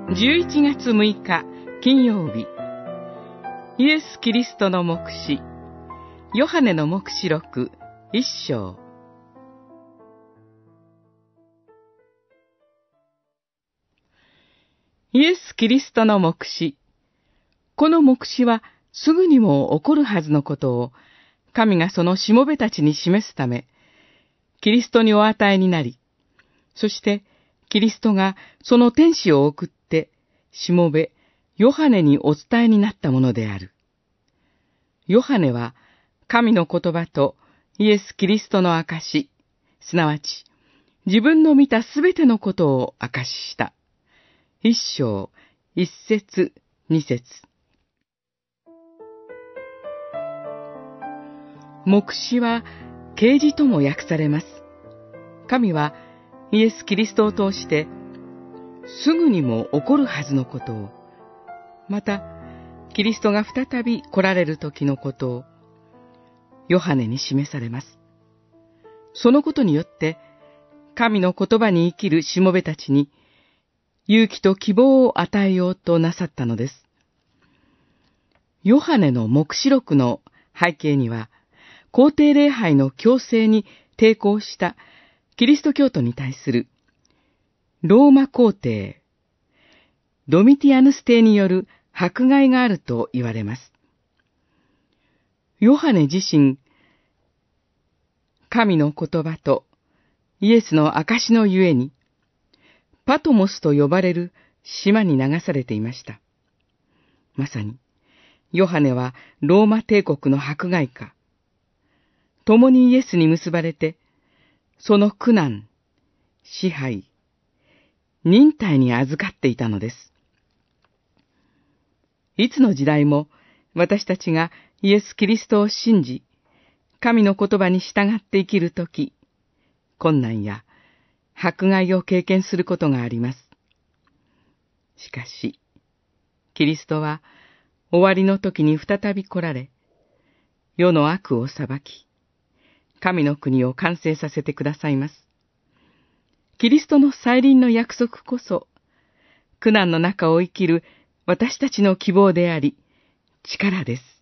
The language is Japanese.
11月6日金曜日、イエス・キリストの黙示、ヨハネの黙示録1章。イエス・キリストの黙示。この黙示はすぐにも起こるはずのことを、神がそのしもべたちに示すため、キリストにお与えになり、そしてキリストがその天使を送って、しもべヨハネにお伝えになったものである。ヨハネは神の言葉とイエス・キリストの証し、すなわち自分の見たすべてのことを証しした。1章1節2節。黙示は啓示とも訳されます。神はイエス・キリストを通して、すぐにも起こるはずのことを、また、キリストが再び来られる時のことを、ヨハネに示されます。そのことによって、神の言葉に生きるしもべたちに、勇気と希望を与えようとなさったのです。ヨハネの黙示録の背景には、皇帝礼拝の強制に抵抗したキリスト教徒に対するローマ皇帝ドミティアヌス帝による迫害があると言われます。ヨハネ自身、神の言葉とイエスの証しのゆえに、パトモスと呼ばれる島に流されていました。まさに、ヨハネはローマ帝国の迫害下、共にイエスに結ばれて、その苦難、支配、忍耐に預かっていたのです。いつの時代も私たちがイエス・キリストを信じ、神の言葉に従って生きるとき、困難や迫害を経験することがあります。しかし、キリストは終わりの時に再び来られ、世の悪を裁き、神の国を完成させてくださいます。キリストの再臨の約束こそ、苦難の中を生きる私たちの希望であり、力です。